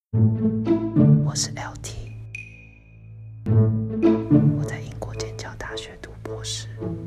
我是 LT， 我在英国剑桥大学读博士。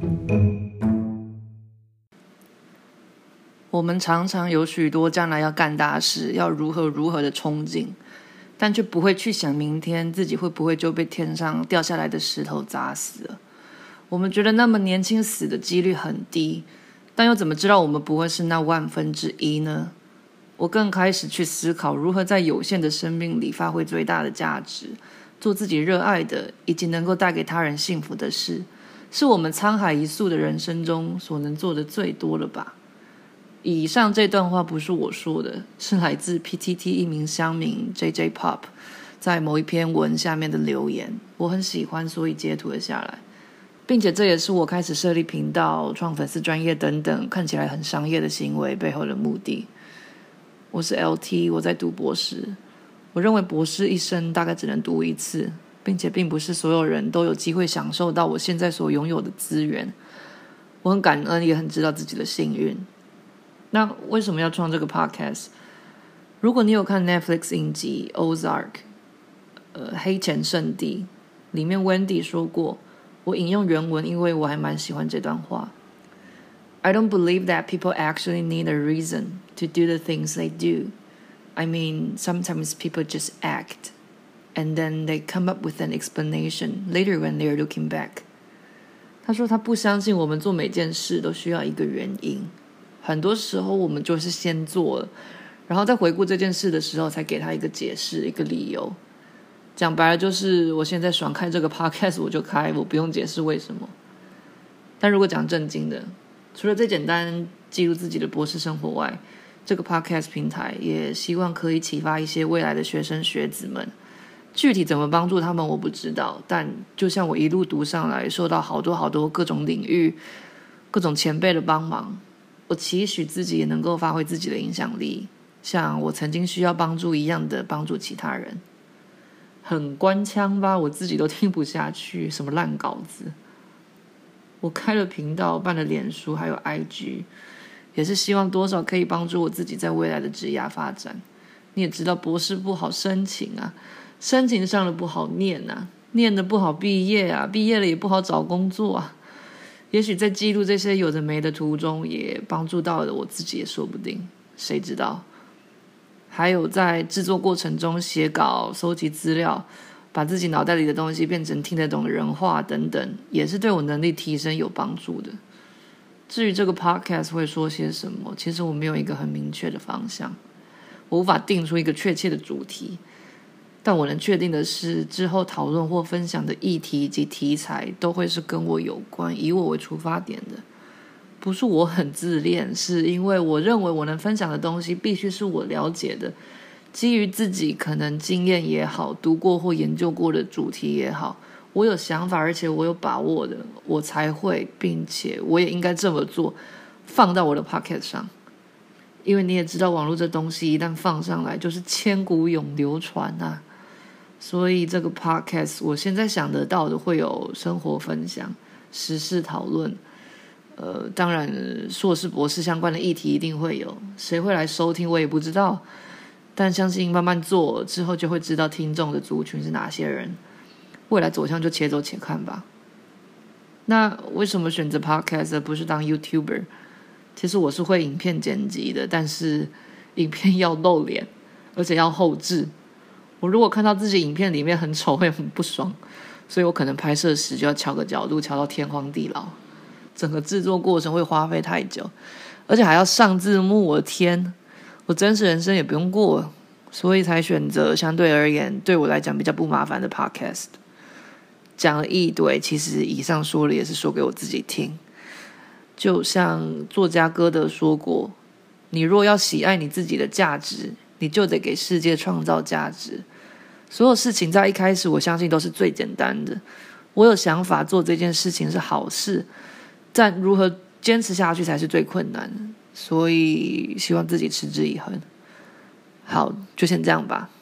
我们常常有许多将来要干大事，要如何的憧憬，但却不会去想明天自己会不会就被天上掉下来的石头砸死了。我们觉得那么年轻死的几率很低，但又怎么知道我们不会是那1/1000呢？我更开始去思考如何在有限的生命里发挥最大的价值，做自己热爱的以及能够带给他人幸福的事，是我们沧海一粟的人生中所能做的最多了吧。以上这段话不是我说的，是来自 PTT 一名乡民 JJ Pop 在某一篇文下面的留言，我很喜欢，所以截图了下来，并且这也是我开始设立频道、创粉丝专页等等看起来很商业的行为背后的目的。我是 LT， 我在读博士。我认为博士一生大概只能读一次，并且并不是所有人都有机会享受到我现在所拥有的资源。我很感恩，也很知道自己的幸运。那为什么要创这个 podcast？ 如果你有看 Netflix 影集 Ozark 黑钱圣地，里面 Wendy 说过，我引用原文，因为我还蛮喜欢这段话。I don't believe that people actually need a reason to do the things they do. I mean, sometimes people just act, and then they come up with an explanation later when they're looking back. 他说他不相信我们做每件事都需要一个原因，很多时候我们就是先做了，然后在回顾这件事的时候才给他一个解释，一个理由。讲白了就是我现在爽开这个 podcast 我就开，我不用解释为什么。但如果讲正经的，除了最简单记录自己的博士生活外，这个 podcast 平台也希望可以启发一些未来的学生学子们。具体怎么帮助他们我不知道，但就像我一路读上来，受到好多各种领域各种前辈的帮忙，我期许自己也能够发挥自己的影响力，像我曾经需要帮助一样的帮助其他人。很官腔吧，我自己都听不下去，什么烂稿子。我开了频道，办了脸书还有 IG， 也是希望多少可以帮助我自己在未来的职业发展。你也知道博士不好申请啊，申请上了不好念啊，念的不好毕业啊，毕业了也不好找工作啊。也许在记录这些有的没的途中，也帮助到了我自己也说不定，谁知道。还有在制作过程中写稿、收集资料，把自己脑袋里的东西变成听得懂的人话等等，也是对我能力提升有帮助的。至于这个 podcast 会说些什么，其实我没有一个很明确的方向，我无法定出一个确切的主题，但我能确定的是，之后讨论或分享的议题及题材都会是跟我有关，以我为出发点的。不是我很自恋，是因为我认为我能分享的东西必须是我了解的，基于自己可能经验也好，读过或研究过的主题也好，我有想法而且我有把握的，我才会，并且我也应该这么做，放到我的 podcast 上。因为你也知道网络这东西一旦放上来就是千古永流传啊，所以这个 podcast 我现在想得到的会有生活分享、时事讨论，当然硕士博士相关的议题一定会有，谁会来收听我也不知道，但相信慢慢做之后就会知道听众的族群是哪些人，未来走向就且走且看吧。那为什么选择 podcast 而不是当 YouTuber？ 其实我是会影片剪辑的，但是影片要露脸，而且要后置。我如果看到自己影片里面很丑会很不爽，所以我可能拍摄时就要调个角度，调到天荒地老，整个制作过程会花费太久，而且还要上字幕，我的天，我真实人生也不用过，所以才选择相对而言对我来讲比较不麻烦的 podcast。 讲了一堆，其实以上说了也是说给我自己听。就像作家歌德说过，你若要喜爱你自己的价值，你就得给世界创造价值。所有事情在一开始我相信都是最简单的，我有想法做这件事情是好事，但如何坚持下去才是最困难的，所以希望自己持之以恒。好，就先这样吧。